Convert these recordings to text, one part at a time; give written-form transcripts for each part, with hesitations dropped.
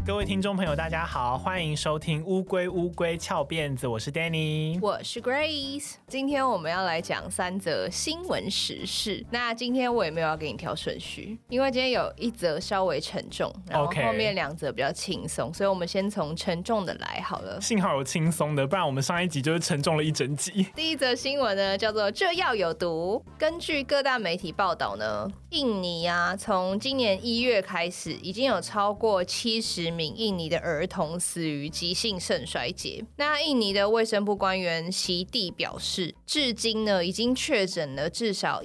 各位听众朋友大家好，欢迎收听乌龟乌龟翘辫子，我是 Danny， 我是 Grace。 今天我们要来讲3则新闻时事。那今天我也没有要给你挑顺序，因为今天有一则稍微沉重，然后后面2则比较轻松，所以我们先从沉重的来好了。 幸好有轻松的，不然我们上一集就是沉重了一整集。 第一则新闻呢叫做这药有毒。根据各大媒体报道呢，印尼啊从今年1月开始已经有超过70名印尼的儿童死于急性肾衰竭。那印尼的卫生部官员席地表示，至今呢已经确诊了至少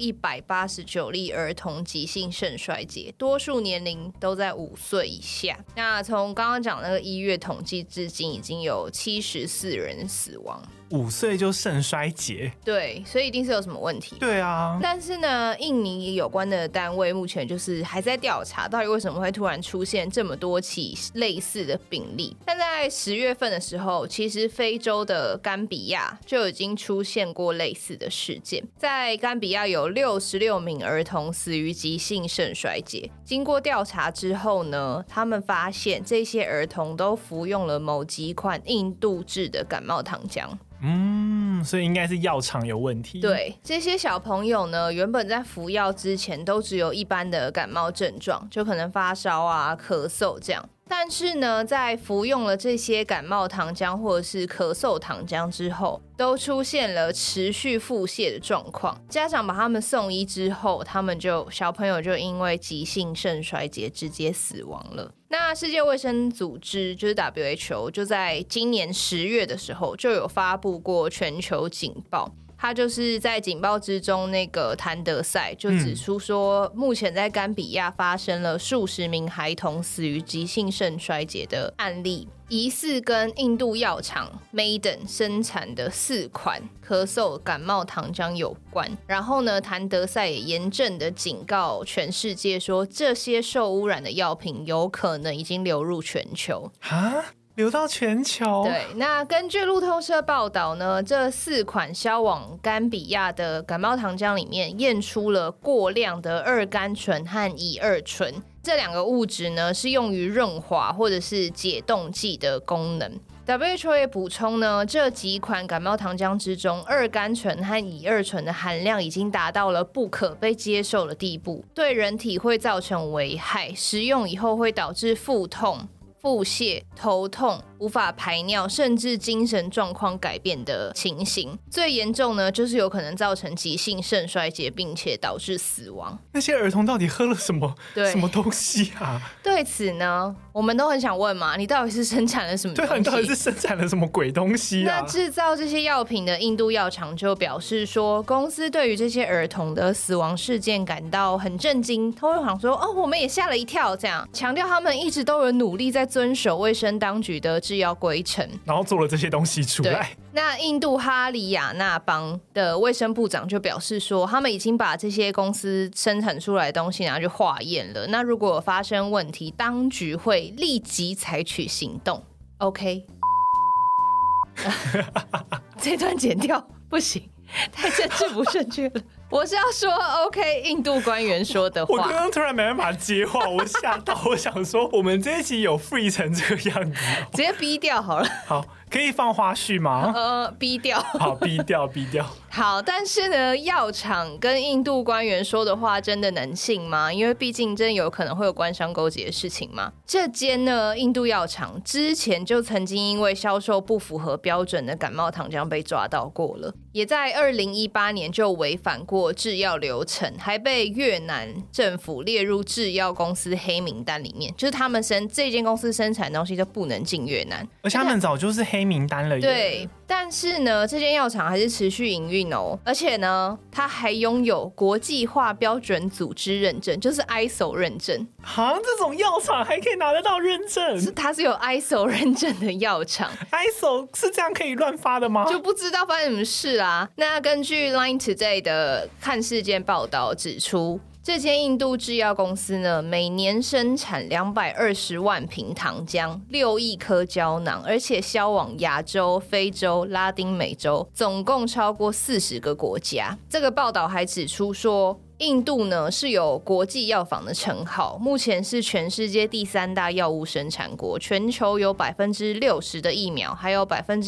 189例儿童急性肾衰竭，多数年龄都在5岁以下。那从刚刚讲那个1月统计至今，已经有74人死亡。 5岁就肾衰竭， 对，所以一定是有什么问题。 对啊， 但是呢，印尼有关的单位目前就是还在调查，到底为什么会突然出现这么多起类似的病例。但在10月份的时候，其实非洲的甘比亚就已经出现过类似的事件。在甘比亚有66名儿童死于急性肾衰竭。经过调查之后呢，他们发现这些儿童都服用了某几款印度制的感冒糖浆。 所以应该是药厂有问题。 对，这些小朋友呢，原本在服药之前都只有一般的感冒症状，就可能发烧啊、咳嗽这样。但是呢，在服用了这些感冒糖浆或者是咳嗽糖浆之后，都出现了持续腹泻的状况。家长把他们送医之后，小朋友就因为急性肾衰竭直接死亡了。那世界卫生组织就是 WHO 就在今年10月的时候就有发布过全球警报。他就是在警报之中，那个谭德赛就指出说，目前在甘比亚发生了数十名孩童死于急性肾衰竭的案例，疑似跟印度药厂 Maiden 生产的4款咳嗽感冒糖浆有关。然后呢，谭德赛也严正的警告全世界说，这些受污染的药品有可能已经流入全球。 流到全球。 对，那根据路透社报道呢，这4款销往甘比亚的感冒糖浆里面验出了过量的2甘醇和乙二醇，这2个物质呢是用于润滑或者是解冻剂的功能。WHO 也补充呢，这几款感冒糖浆之中，2甘醇和乙二醇的含量已经达到了不可被接受的地步，对人体会造成危害，食用以后会导致腹痛、腹泻、头痛、无法排尿，甚至精神状况改变的情形。最严重呢，就是有可能造成急性肾衰竭，并且导致死亡。 那些儿童到底喝了什么东西啊？ 对此呢，我们都很想问嘛，你到底是生产了什么东西？ 对，你到底是生产了什么鬼东西啊？ 那制造这些药品的印度药厂就表示说，公司对于这些儿童的死亡事件感到很震惊，他会想说，我们也吓了一跳，这样强调他们一直都有努力在遵守卫生当局的制药规程， 然后做了这些东西出来。 那印度哈里亚纳邦的卫生部长就表示说，他们已经把这些公司生产出来的东西拿去化验了，那如果有发生问题，当局会立即采取行动。 OK 这段剪掉不行，太政治不正确了。我是要说 OK 印度官员说的话。 我刚刚突然没办法接话，我吓到，我想说我们这一集有 free 成这个样子直接逼掉好了。 好，可以放花絮吗？ 逼掉。 好，逼掉。 好，但是呢，药厂跟印度官员说的话真的能信吗？因为毕竟真有可能会有官商勾结的事情嘛。这间呢，印度药厂之前就曾经因为销售不符合标准的感冒糖浆被抓到过了，也在2018年就违反过制药流程，还被越南政府列入制药公司黑名单里面，就是他们这间公司生产的东西都不能进越南， 而且他们早就是黑名单了耶。 对，但是呢，这间药厂还是持续营运哦，而且呢，它还拥有国际化标准组织认证，就是 ISO 认证。 这种药厂还可以拿得到认证？ 它是有 ISO 认证的药厂。 ISO 是这样可以乱发的吗？ 就不知道发生什么事啊。那根据 Line Today 的看事件报道指出，这间印度制药公司呢，每年生产220万瓶糖浆，6亿颗胶囊，而且销往亚洲、非洲、拉丁美洲，总共超过40个国家。这个报道还指出说， 印度呢是有国际药房的称号，目前是全世界第3大药物生产国，全球有60%的疫苗，还有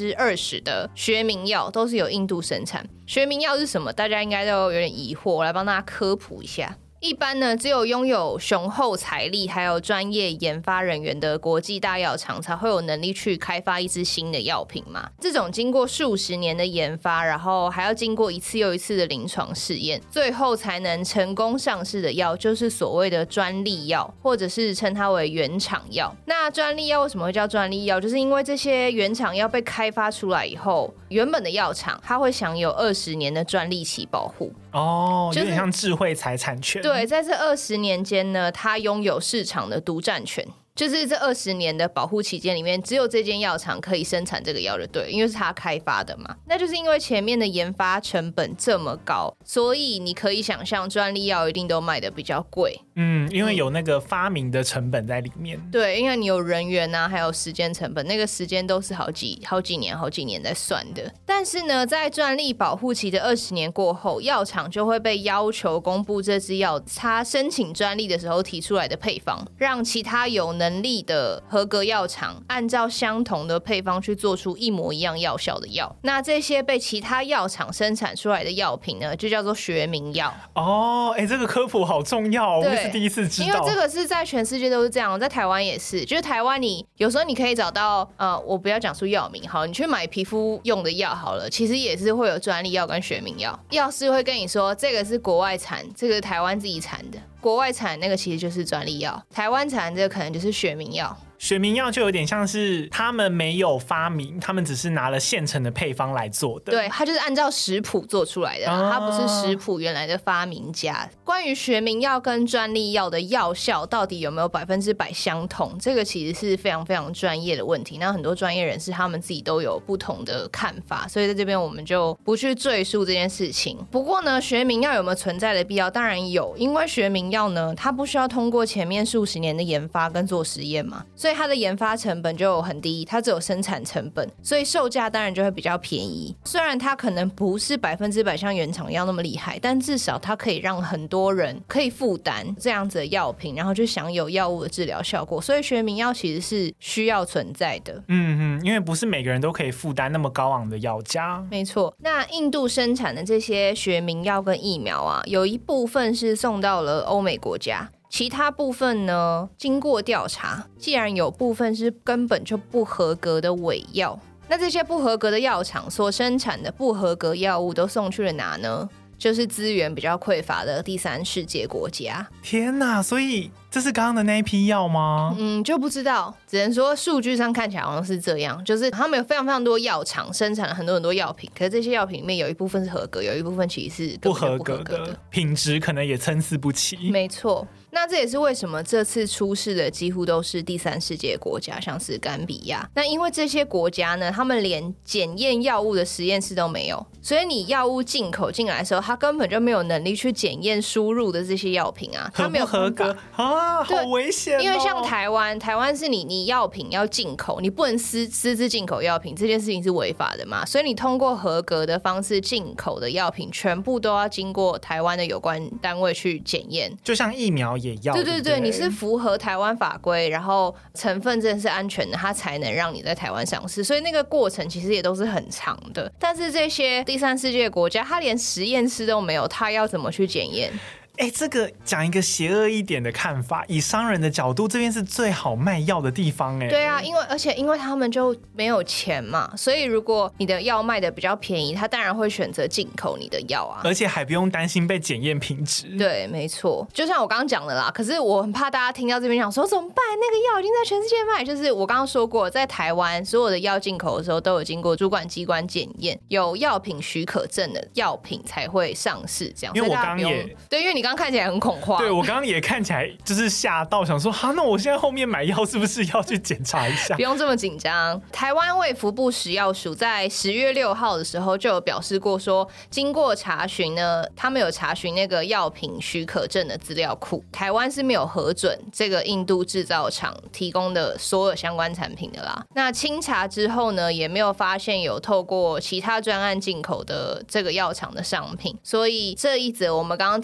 20%的学名药都是由印度生产。学名药是什么？大家应该都有点疑惑，我来帮大家科普一下。一般呢，只有拥有雄厚财力还有专业研发人员的国际大药厂才会有能力去开发一支新的药品嘛。这种经过数十年的研发，然后还要经过一次又一次的临床试验，最后才能成功上市的药，就是所谓的专利药，或者是称它为原厂药。那专利药为什么会叫专利药？就是因为这些原厂药被开发出来以后，原本的药厂它会享有20年的专利期保护。 哦，有点像智慧财产权。 对，在这20年间呢，它拥有市场的独占权。就是这20年的保护期间里面，只有这间药厂可以生产这个药就对了，因为是它开发的嘛。那就是因为前面的研发成本这么高，所以你可以想象专利药一定都卖的比较贵。 因为有那个发明的成本在里面。 对，因为你有人员啊，还有时间成本，那个时间都是好几年在算的。但是呢，在专利保护期的20年过后，药厂就会被要求公布这支药它申请专利的时候提出来的配方，让其他有能力的合格药厂按照相同的配方去做出一模一样药效的药。那这些被其他药厂生产出来的药品呢，就叫做学名药。 哦，这个科普好重要，我是第一次知道。 因为这个是在全世界都是这样，在台湾也是。就是台湾你有时候你可以找到我不要讲出药名好，你去买皮肤用的药好了，其实也是会有专利药跟学名药。药师会跟你说这个是国外产，这个是台湾自己产的。国外产那个其实就是专利药，台湾产这个可能就是学名药。 学名药就有点像是他们没有发明，他们只是拿了现成的配方来做的。 对，它就是按照食谱做出来的，它不是食谱原来的发明家。关于学名药跟专利药的药效到底有没有100%相同，这个其实是非常非常专业的问题。那很多专业人士他们自己都有不同的看法，所以在这边我们就不去赘述这件事情。不过呢，学名药有没有存在的必要？当然有，因为学名药呢，它不需要通过前面数十年的研发跟做实验嘛，所以它的研发成本就很低，它只有生产成本，所以售价当然就会比较便宜。虽然它可能不是100%像原厂药那么厉害，但至少它可以让很多人可以负担这样子的药品，然后去享有药物的治疗效果。所以学名药其实是需要存在的。 因为不是每个人都可以负担那么高昂的药价。 没错。那印度生产的这些学名药跟疫苗啊，有一部分是送到了欧美国家，其他部分呢，经过调查，既然有部分是根本就不合格的伪药，那这些不合格的药厂所生产的不合格药物都送去了哪呢？就是资源比较匮乏的第三世界国家。 天哪，所以这是刚刚的那一批药吗？ 就不知道，只能说数据上看起来好像是这样，就是他们有非常非常多药厂生产了很多很多药品，可是这些药品里面有一部分是合格，有一部分其实是不合格的，品质可能也参差不齐。 没错。那这也是为什么这次出事的几乎都是第三世界国家，像是甘比亚。那因为这些国家呢，他们连检验药物的实验室都没有，所以你药物进口进来的时候，他根本就没有能力去检验输入的这些药品啊， 合不合格啊？好危险哦！ 因为像台湾是你药品要进口，你不能私自进口药品，这件事情是违法的嘛，所以你通过合格的方式进口的药品，全部都要经过台湾的有关单位去检验， 就像疫苗也要。 对，你是符合台湾法规，然后成分真的是安全的，它才能让你在台湾上市，所以那个过程其实也都是很长的。但是这些第三世界国家，它连实验室都没有，它要怎么去检验？ 这个讲一个邪恶一点的看法，以商人的角度，这边是最好卖药的地方。 对啊，而且因为他们就没有钱嘛，所以如果你的药卖的比较便宜，他当然会选择进口你的药啊， 而且还不用担心被检验品质。 对，没错，就像我刚刚讲的啦。可是我很怕大家听到这边想说怎么办？那个药已经在全世界卖，就是我刚刚说过，在台湾所有的药进口的时候都有经过主管机关检验，有药品许可证的药品才会上市。这样， 因为我刚刚也对，因为你刚刚看起来很恐慌。 对，我刚刚也看起来就是吓到，想说那我现在后面买药是不是要去检查一下？ 不用这么紧张。台湾卫福部食药署在10月6号的时候就有表示过说，经过查询呢，他们有查询那个药品许可证的资料库，台湾是没有核准这个印度制造厂提供的所有相关产品的啦。那清查之后呢，也没有发现有透过其他专案进口的这个药厂的商品，所以这一则我们刚刚提到的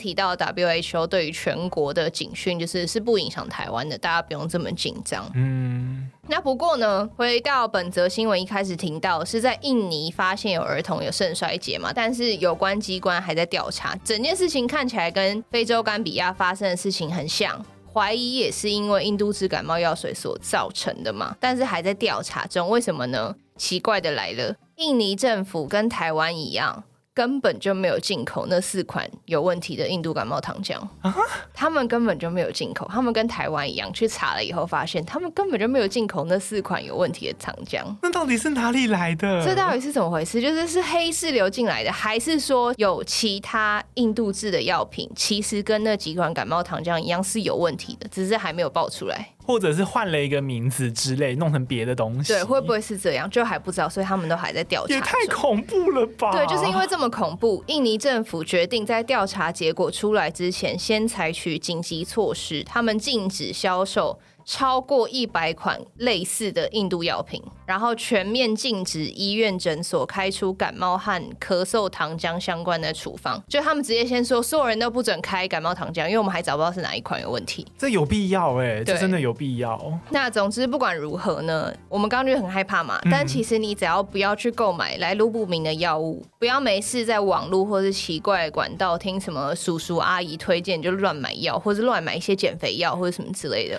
WHO 对于全国的警讯是不影响台湾的，大家不用这么紧张。那不过呢，回到本则新闻一开始听到是在印尼发现有儿童有肾衰竭嘛，但是有关机关还在调查，整件事情看起来跟非洲甘比亚发生的事情很像，怀疑也是因为印度制感冒药水所造成的嘛，但是还在调查中。为什么呢？奇怪的来了，印尼政府跟台湾一样，根本就没有进口那4款有问题的印度感冒糖浆，他们根本就没有进口。他们跟台湾一样，去查了以后发现，他们根本就没有进口那4款有问题的糖浆。 那到底是哪里来的？ 这到底是怎么回事？是黑市流进来的，还是说有其他印度制的药品，其实跟那几款感冒糖浆一样是有问题的，只是还没有爆出来？ 或者是换了一个名字之类，弄成别的东西？ 对，会不会是这样？就还不知道，所以他们都还在调查。 也太恐怖了吧！ 对，就是因为这么恐怖，印尼政府决定在调查结果出来之前，先采取紧急措施，他们禁止销售超过100款类似的印度药品，然后全面禁止医院诊所开出感冒和咳嗽糖浆相关的处方。就他们直接先说，所有人都不准开感冒糖浆，因为我们还找不到是哪一款有问题。 这有必要这真的有必要。 那总之不管如何呢，我们刚刚就很害怕嘛，但其实你只要不要去购买来路不明的药物，不要没事在网络或是奇怪的管道听什么叔叔阿姨推荐就乱买药，或是乱买一些减肥药或者什么之类的。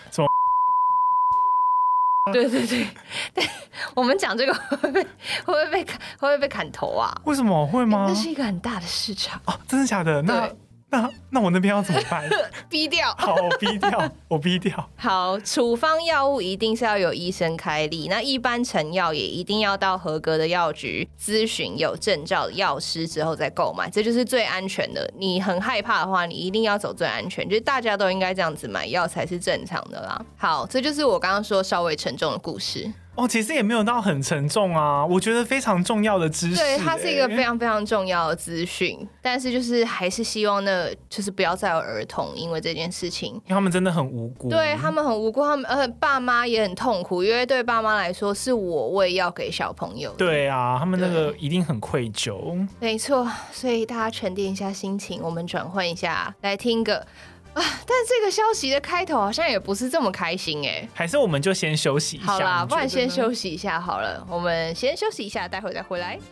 对，我们讲这个会不会被砍头啊？ 为什么会吗？ 那是一个很大的市场真的假的？那我那边要怎么办？ 逼掉。 好，我逼掉。 好，处方药物一定是要有医生开立，那一般成药也一定要到合格的药局咨询有证照的药师之后再购买，这就是最安全的。你很害怕的话，你一定要走最安全，就是大家都应该这样子买药才是正常的啦。好，这就是我刚刚说稍微沉重的故事。 其实也没有到很沉重啊，我觉得非常重要的知识。 对，它是一个非常非常重要的资讯，但是还是希望就是不要再有儿童因为这件事情，因为他们真的很无辜。 对，他们很无辜，他们爸妈也很痛苦，因为对爸妈来说是我喂药给小朋友的。 对啊，他们那个一定很愧疚。 没错，所以大家沉淀一下心情，我们转换一下来听个。但这个消息的开头好像也不是这么开心还是我们就先休息一下。 好啦，不然先休息一下好了，我们先休息一下，待会再回来。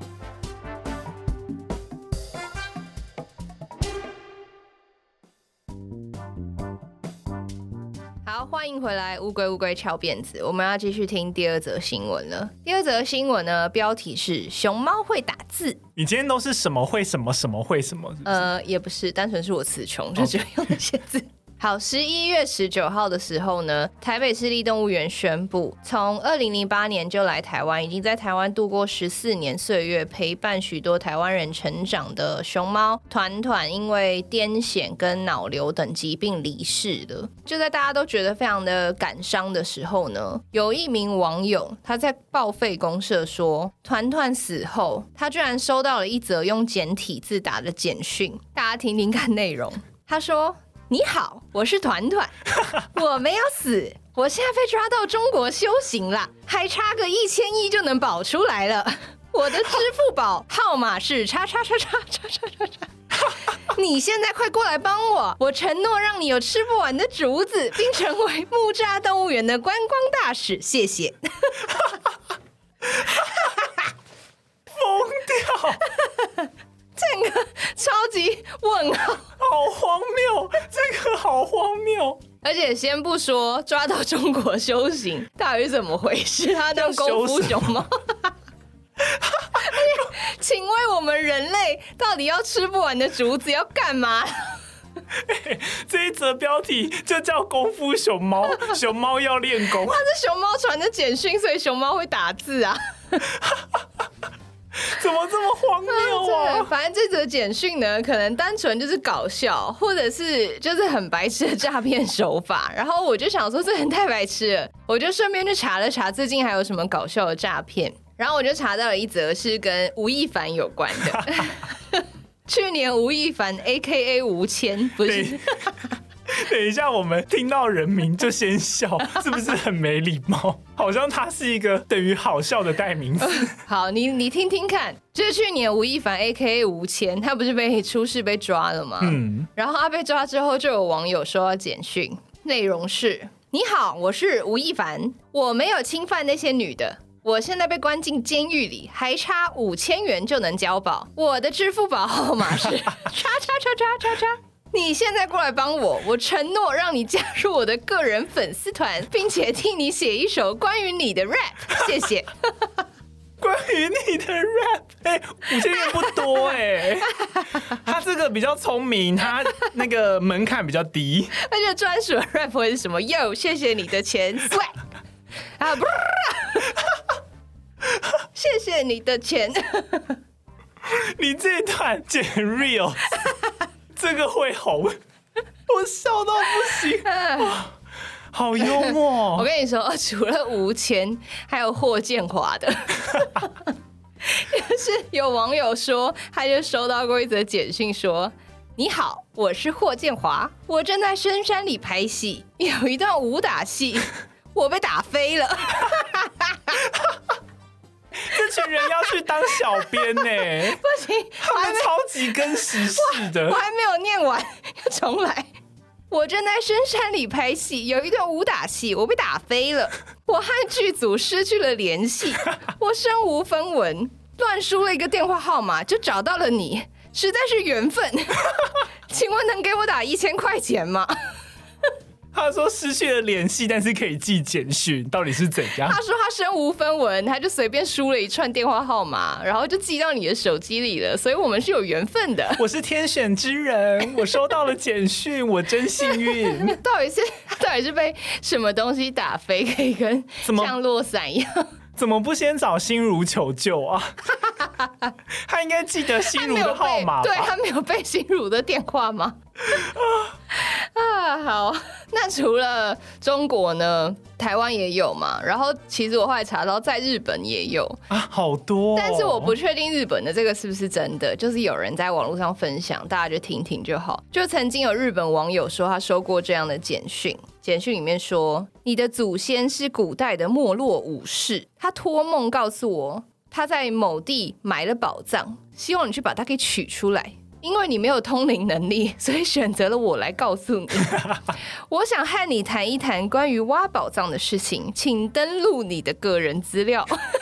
好，欢迎回来，乌龟翘辫子。我们要继续听第2则新闻了。第2则新闻呢，标题是熊猫会打字。 你今天都是什么会什么什么会什么是不是？ 也不是，单纯是我词穷，就只会用那些字。好，11月19号的时候呢，台北市立动物园宣布，从2008年就来台湾，已经在台湾度过14年岁月，陪伴许多台湾人成长的熊猫团团，因为癫痫跟脑瘤等疾病离世了。就在大家都觉得非常的感伤的时候呢，有一名网友他在报废公社说，团团死后，他居然收到了一则用简体字打的简讯，大家听听看内容。他说：你好，我是团团，我没有死，我现在被抓到中国修行了，还差个1000亿就能保出来了。我的支付宝号码是叉叉叉叉叉叉叉叉。你现在快过来帮我，我承诺让你有吃不完的竹子，并成为木栅动物园的观光大使，谢谢。 疯掉。 整个超级问号， 好荒谬，这个好荒谬。 而且先不说抓到中国修行到底是怎么回事，他当功夫熊猫。请问我们人类到底要吃不完的竹子要干嘛？ 这一则标题就叫功夫熊猫，熊猫要练功。 它是熊猫传的简讯，所以熊猫会打字啊。 怎么这么荒谬啊！ 反正这则简讯呢，可能单纯就是搞笑，或者是就是很白痴的诈骗手法。然后我就想说，这人太白痴了，我就顺便去查了查最近还有什么搞笑的诈骗。然后我就查到了一则是跟吴亦凡有关的。去年吴亦凡 AKA 吴谦不是。 等一下，我们听到人名就先笑，是不是很没礼貌？好像他是一个等于好笑的代名词。 好，你听听看，就是去年吴亦凡 AKA 吴谦，他不是被出事被抓了吗？然后他被抓之后，就有网友收到简讯，内容是：你好，我是吴亦凡，我没有侵犯那些女的。我现在被关进监狱里，还差5000元就能交保。我的支付宝号码是叉叉叉叉叉叉。你现在过来帮我，我承诺让你加入我的个人粉丝团，并且替你写一首关于你的 rap。谢谢。 关于你的 rap， 5000元不多他这个比较聪明，他那个门槛比较低， 而且专属的 rap 会是什么？哟，谢谢你的钱，啊，不是。谢谢你的钱。 你这一段剪 real， 这个会红，我笑到不行，好幽默。 我跟你说，除了吴谦，还有霍建华的。就是有网友说，他就收到过一则简讯说：你好，我是霍建华，我正在深山里拍戏，有一段武打戏，我被打飞了。 这群人要去当小编呢， 不行， 他们超级跟时事的。 我还没有念完，要重来。我正在深山里拍戏，有一段武打戏，我被打飞了。我和剧组失去了联系，我身无分文，乱输了一个电话号码就找到了你，实在是缘分。请问能给我打1000块钱吗？ 他说失去了联系，但是可以寄简讯，到底是怎样？ 他说他身无分文，他就随便输了一串电话号码，然后就寄到你的手机里了，所以我们是有缘分的。 我是天选之人，我收到了简讯，我真幸运。 到底是被什么东西打飞，可以跟降落伞一样？ 怎么不先找心如求救啊？他应该记得心如的号码吧？ 对，他没有背心如的电话吗？好，那除了中国呢，台湾也有嘛。然后其实我后来查到，在日本也有啊，好多但是我不确定日本的这个是不是真的，就是有人在网络上分享，大家就听听就好。就曾经有日本网友说，他收过这样的简讯。简讯里面说，你的祖先是古代的没落武士，他托梦告诉我，他在某地埋了宝藏，希望你去把它给取出来。因为你没有通灵能力，所以选择了我来告诉你。我想和你谈一谈关于挖宝藏的事情，请登录你的个人资料。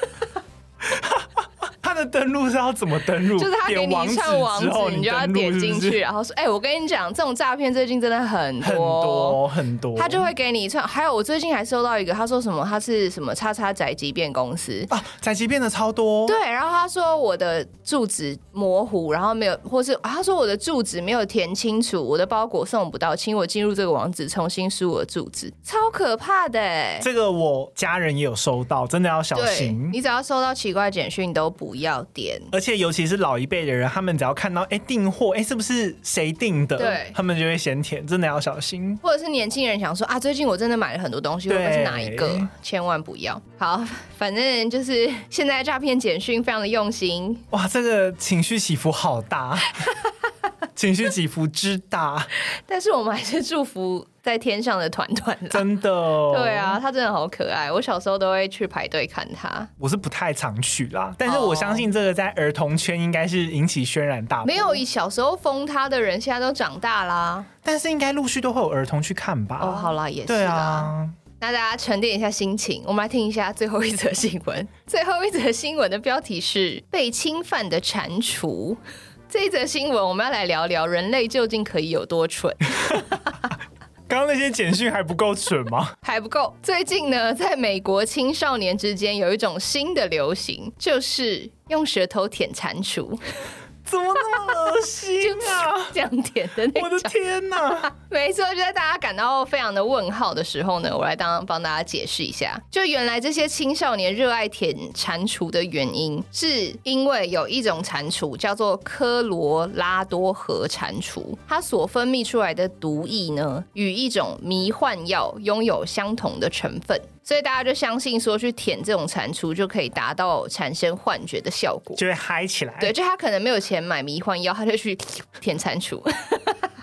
他的登录是要怎么登录？ 就是他给你一串网址，你就要点进去，然后说：“我跟你讲，这种诈骗最近真的很多。”他就会给你一串。还有，我最近还收到一个，他说什么？他是什么叉叉宅急便公司啊？宅急便的超多。 对，然后他说我的住址模糊，然后没有，或是他说我的住址没有填清楚，我的包裹送不到，请我进入这个网址重新输我的住址，超可怕的。 这个我家人也有收到，真的要小心。 你只要收到奇怪简讯都不要点， 而且尤其是老一辈的人，他们只要看到订货，是不是谁订的？ 对， 他们就会先填，真的要小心。 或者是年轻人想说啊，最近我真的买了很多东西，会不会是哪一个？千万不要。好，反正就是现在诈骗简讯非常的用心。 哇，这个情绪起伏好大，情绪起伏之大。 但是我们还是祝福在天上的团团啦， 真的。 对啊，他真的好可爱，我小时候都会去排队看他。 我是不太常去啦，但是我相信这个在儿童圈应该是引起轩然大波。 没有，以小时候封他的人现在都长大啦， 但是应该陆续都会有儿童去看吧。 好啦，也是啦。 对啊， 那大家沉淀一下心情，我们来听一下最后一则新闻。最后一则新闻的标题是被侵犯的蟾蜍。这一则新闻我们要来聊聊人类究竟可以有多蠢。 刚刚那些简讯还不够蠢吗？ 还不够。最近呢，在美国青少年之间有一种新的流行，就是用舌头舔蟾蜍。 怎么那么恶心啊？ 这样舔的那种。 我的天哪！ 没错，就在大家感到非常的问号的时候呢，我来帮大家解释一下。就原来这些青少年热爱舔蟾蜍的原因，是因为有一种蟾蜍叫做科罗拉多河蟾蜍，它所分泌出来的毒液呢，与一种迷幻药拥有相同的成分。所以大家就相信说，去舔这种蟾蜍就可以达到产生幻觉的效果， 就会嗨起来。 对，就他可能没有钱买迷幻药，他就去舔蟾蜍。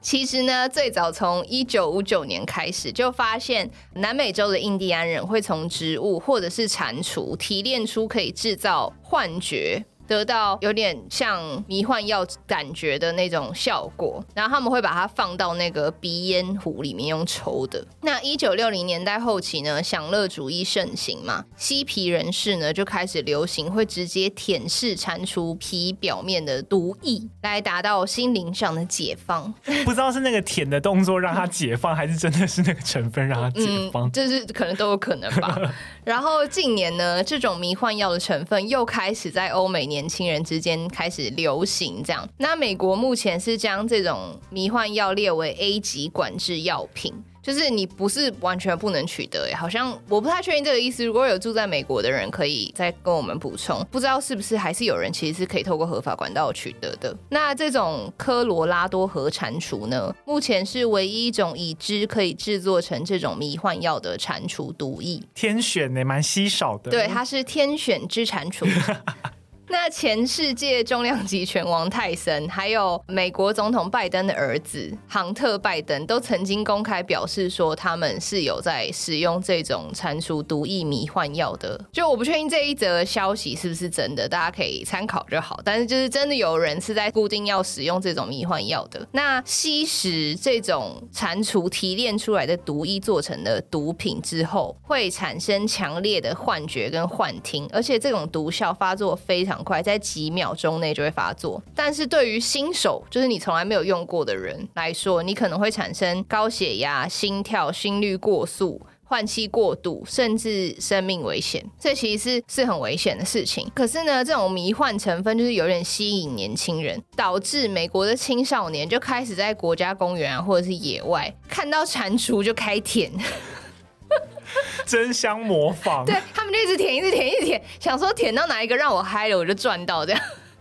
其实呢，最早从1959年开始就发现南美洲的印第安人会从植物或者是蟾蜍提炼出可以制造幻觉，得到有点像迷幻药感觉的那种效果，然后他们会把它放到那个鼻烟壶里面用抽的。那1960年代后期呢，享乐主义盛行嘛，嬉皮人士呢就开始流行会直接舔舐蟾蜍皮表面的毒液，来达到心灵上的解放。 不知道是那个舔的动作让它解放，还是真的是那个成分让它解放， 就是可能都有可能吧。然后近年呢，这种迷幻药的成分又开始在欧美年轻人之间开始流行，这样。那美国目前是将这种迷幻药列为 A 级管制药品，就是你不是完全不能取得，好像我不太确定这个意思。如果有住在美国的人，可以再跟我们补充。不知道是不是还是有人其实是可以透过合法管道取得的。那这种科罗拉多河蟾蜍呢，目前是唯一一种已知可以制作成这种迷幻药的蟾蜍毒液， 天选也蛮稀少的。 对，它是天选之蟾蜍。那前世界重量级拳王泰森，还有美国总统拜登的儿子杭特拜登，都曾经公开表示说，他们是有在使用这种蟾蜍毒液迷幻药的。就我不确定这一则消息是不是真的，大家可以参考就好。但是就是真的有人是在固定要使用这种迷幻药的。那吸食这种蟾蜍提炼出来的毒液做成的毒品之后，会产生强烈的幻觉跟幻听，而且这种毒效发作非常快，在几秒钟内就会发作。但是对于新手，就是你从来没有用过的人来说，你可能会产生高血压、心跳、心率过速、换气过度，甚至生命危险。这其实是很危险的事情。可是呢，这种迷幻成分就是有点吸引年轻人，导致美国的青少年就开始在国家公园或者是野外看到蟾蜍就开舔。 争相模仿， 对，他们就一直舔一直舔一直舔，想说舔到哪一个让我嗨了我就赚到这样。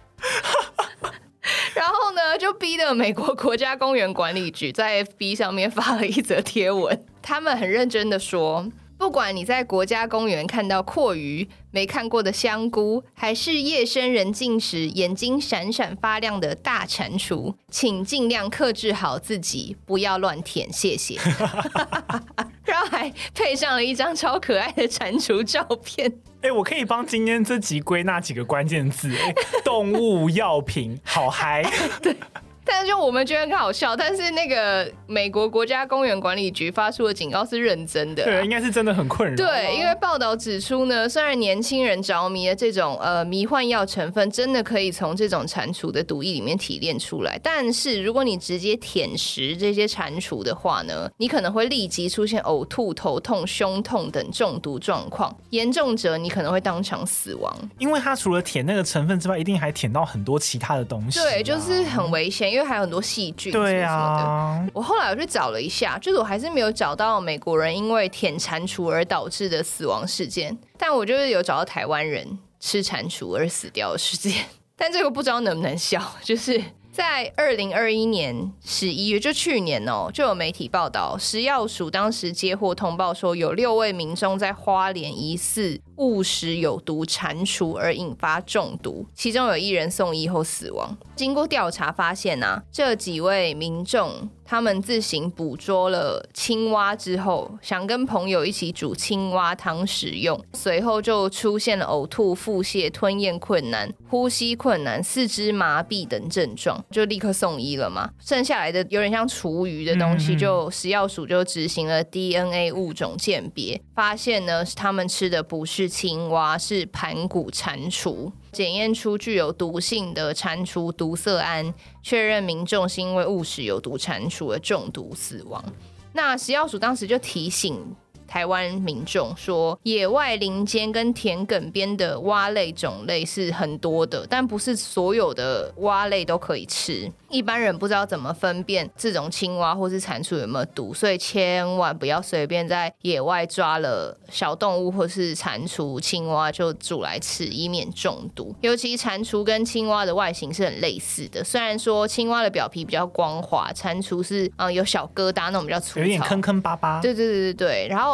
然后呢，就逼得美国国家公园管理局在 FB 上面发了一则贴文，他们很认真的说，不管你在国家公园看到蛞蝓、没看过的香菇，还是夜深人静时眼睛闪闪发亮的大蟾蜍，请尽量克制好自己，不要乱舔，谢谢。然后还配上了一张超可爱的蟾蜍照片。 我可以帮今天这集归纳几个关键字，动物药品，好嗨。 对。但是就我们觉得很好笑，但是那个美国国家公园管理局发出的警告是认真的， 对，应该是真的很困扰。 对，因为报道指出呢，虽然年轻人着迷的这种迷幻药成分真的可以从这种蟾蜍的毒液里面提炼出来，但是如果你直接舔食这些蟾蜍的话呢，你可能会立即出现呕吐、头痛、胸痛等中毒状况，严重者你可能会当场死亡。 因为它除了舔那个成分之外，一定还舔到很多其他的东西。 对，就是很危险。因为还有很多细菌什么什么的。 对啊， 我后来我去找了一下，就是我还是没有找到美国人因为舔蟾蜍而导致的死亡事件，但我就是有找到台湾人吃蟾蜍而死掉的事件。但这个不知道能不能笑，就是在2021年11月，就去年就有媒体报道，食药署当时接获通报说，有6位民众在花莲疑似误食有毒蟾蜍而引发中毒，其中有1人送医后死亡。经过调查发现这几位民众他们自行捕捉了青蛙之后，想跟朋友一起煮青蛙汤食用，随后就出现了呕吐、腹泻、吞咽困难、呼吸困难、四肢麻痹等症状，就立刻送医了嘛。剩下来的有点像厨余的东西，就食药署就执行了 DNA 物种鉴别，发现呢他们吃的不是青蛙，是盘古蟾蜍。检验出具有毒性的蟾蜍毒色胺，确认民众是因为误食有毒蟾蜍而中毒死亡。那食药署当时就提醒台湾民众说，野外林间跟田埂边的蛙类种类是很多的，但不是所有的蛙类都可以吃。一般人不知道怎么分辨这种青蛙或是蟾蜍有没有毒，所以千万不要随便在野外抓了小动物或是蟾蜍、青蛙就煮来吃，以免中毒。尤其蟾蜍跟青蛙的外形是很类似的，虽然说青蛙的表皮比较光滑，蟾蜍是有小疙瘩那种比较粗糙， 有点坑坑巴巴。 对对对对对。然后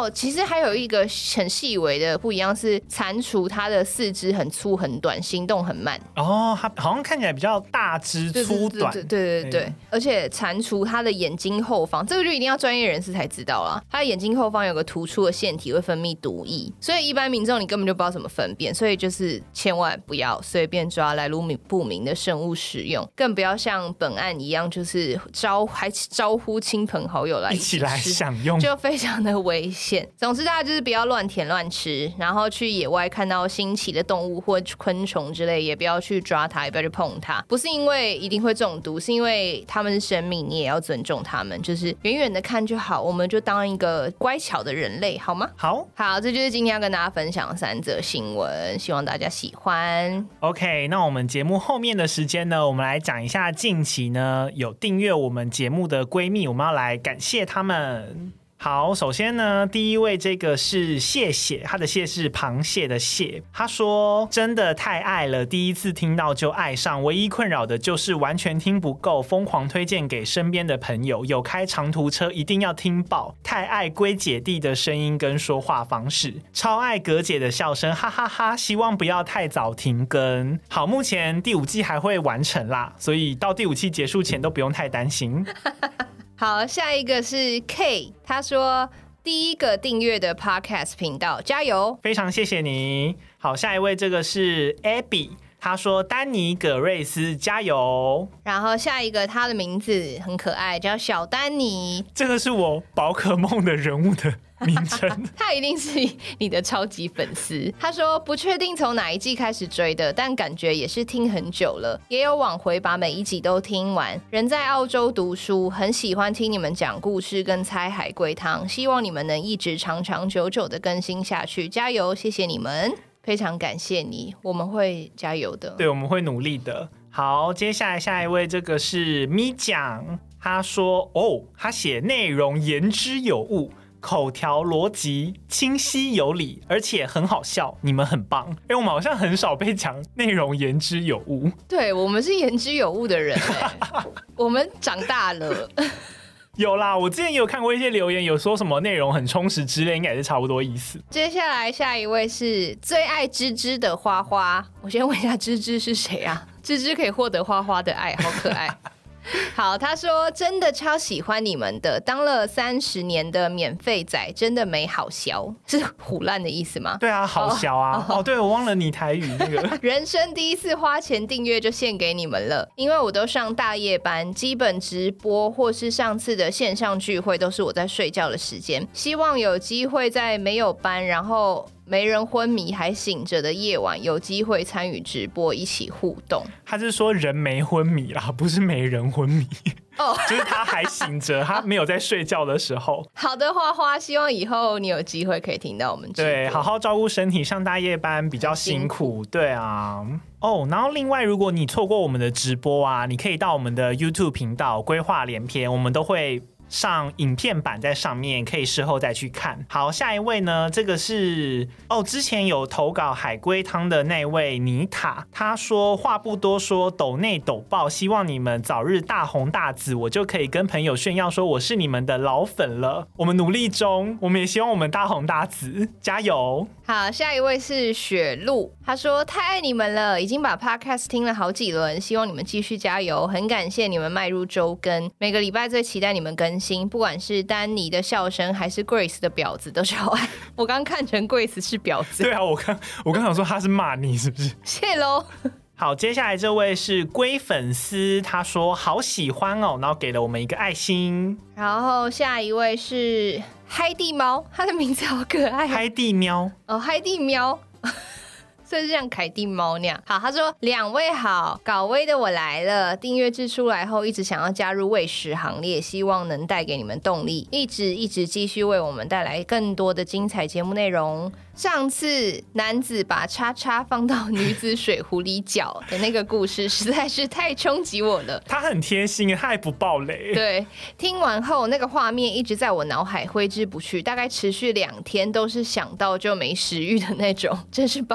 后其实还有一个很细微的不一样是蟾蜍它的四肢很粗很短，行动很慢。 哦，它好像看起来比较大只粗短。 对，而且蟾蜍它的眼睛后方，这个就一定要专业人士才知道啦，它的眼睛后方有个突出的腺体会分泌毒液，所以一般民众你根本就不知道怎么分辨，所以就是千万不要随便抓来路不明的生物食用，更不要像本案一样就是还招呼亲朋好友来一起来享用， 就非常的危险。总之大家就是不要乱舔乱吃，然后去野外看到新奇的动物或昆虫之类也不要去抓它，也不要去碰它，不是因为一定会中毒，是因为它们是生命，你也要尊重它们，就是远远的看就好，我们就当一个乖巧的人类好吗？ 好， 这就是今天要跟大家分享的3则新闻，希望大家喜欢。 OK， 那我们节目后面的时间呢，我们来讲一下近期呢有订阅我们节目的闺蜜，我们要来感谢他们。好，首先呢，第一位这个是谢谢，他的谢是螃蟹的蟹。他说真的太爱了，第一次听到就爱上，唯一困扰的就是完全听不够，疯狂推荐给身边的朋友，有开长途车一定要听爆，太爱龟姐弟的声音跟说话方式，超爱葛姐的笑声，哈哈哈，希望不要太早停更。好，目前第5季还会完成啦，所以到第5季结束前都不用太担心。 好，下一个是 K， 他说第一个订阅的 Podcast 频道，加油！ 非常谢谢你。好，下一位这个是 Abby， 他说丹尼葛瑞斯加油。 然后下一个他的名字很可爱，叫小丹尼， 这个是我宝可梦的人物的名称。 他一定是你的超级粉丝。他说不确定从哪一季开始追的，但感觉也是听很久了，也有往回把每一集都听完。人在澳洲读书，很喜欢听你们讲故事跟猜海龟汤，希望你们能一直长长久久的更新下去，加油！谢谢你们，非常感谢你，我们会加油的。 对，我们会努力的。好，接下来下一位这个是咪酱，他说他写内容言之有物，口条逻辑清晰有理，而且很好笑，你们很棒。我们好像很少被讲内容言之有物。 对，我们是言之有物的人我们长大了。 有啦，我之前也有看过一些留言，有说什么内容很充实之类，应该也是差不多意思。 接下来下一位是最爱芝芝的花花，我先问一下芝芝是谁啊？芝芝可以获得花花的爱，好可爱。好，他说真的超喜欢你们的，当了30年的免费仔，真的没好笑，是唬烂的意思吗？ 对啊，好笑啊！对，我忘了你台语那个。 人生第一次花钱订阅就献给你们了，因为我都上大夜班，基本直播或是上次的线上聚会都是我在睡觉的时间，希望有机会在没有班，然后没人昏迷还醒着的夜晚，有机会参与直播，一起互动。 他是说人没昏迷啦，不是没人昏迷。就是他还醒着，他没有在睡觉的时候。 好的，花花，希望以后你有机会可以听到我们直播。 对，好好照顾身体，上大夜班比较辛苦。对啊。然后另外，如果你错过我们的直播啊，你可以到我们的 YouTube 频道规划连篇，我们都会上影片版在上面，可以事后再去看。好，下一位呢，这个是之前有投稿海龟汤的那位妮塔，他说话不多说，抖内抖爆，希望你们早日大红大紫，我就可以跟朋友炫耀说我是你们的老粉了。我们努力中，我们也希望我们大红大紫，加油。 好，下一位是雪露，他说太爱你们了，已经把 podcast 听了好几轮，希望你们继续加油，很感谢你们迈入周更，每个礼拜最期待你们更新，不管是丹尼的笑声还是 Grace 的婊子都超爱。我刚看成 Grace 是婊子。 对啊，我刚想说他是骂你是不是？ 谢喽。 好，接下来这位是龟粉丝，他说好喜欢哦，然后给了我们一个爱心。 然后下一位是嗨地猫，他的名字好可爱。 嗨地喵嗨地喵。所以是像凯蒂猫那样。好，他说2位好，搞微的我来了，订阅制出来后一直想要加入喂食行列，希望能带给你们动力，一直继续为我们带来更多的精彩节目内容。上次男子把叉叉放到女子水壶里搅的那个故事实在是太冲击我了。 他很贴心，他还不爆雷。 对，听完后那个画面一直在我脑海挥之不去，大概持续2天，都是想到就没食欲的那种，真是抱歉。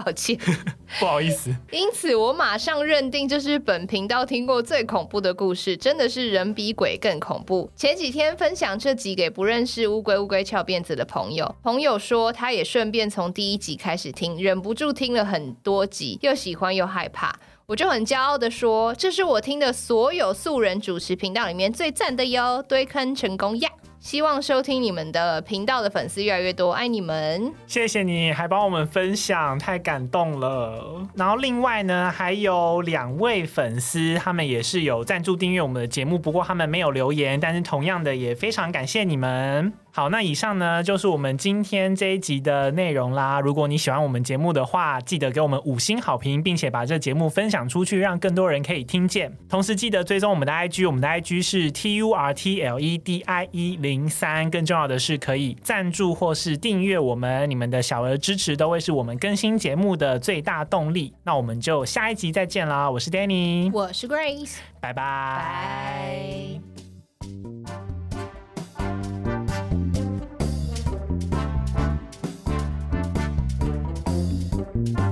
不好意思。 因此我马上认定这是本频道听过最恐怖的故事，真的是人比鬼更恐怖。前几天分享这集给不认识乌龟翘辫子的朋友，朋友说他也顺便从第1集开始听，忍不住听了很多集，又喜欢又害怕。我就很骄傲的说，这是我听的所有素人主持频道里面最赞的哟，堆坑成功呀！希望收听你们的频道的粉丝越来越多，爱你们！ 谢谢你，还帮我们分享，太感动了。然后另外呢，还有2位粉丝，他们也是有赞助订阅我们的节目，不过他们没有留言，但是同样的也非常感谢你们。好，那以上呢就是我们今天这一集的内容啦。如果你喜欢我们节目的话，记得给我们5星好评，并且把这节目分享出去，让更多人可以听见。同时记得追踪我们的 IG， 我们的 IG 是 TURTLEDIE03。更重要的是可以赞助或是订阅我们，你们的小额支持都会是我们更新节目的最大动力。那我们就下一集再见啦！我是 Danny， 我是 Grace， 拜拜。 拜。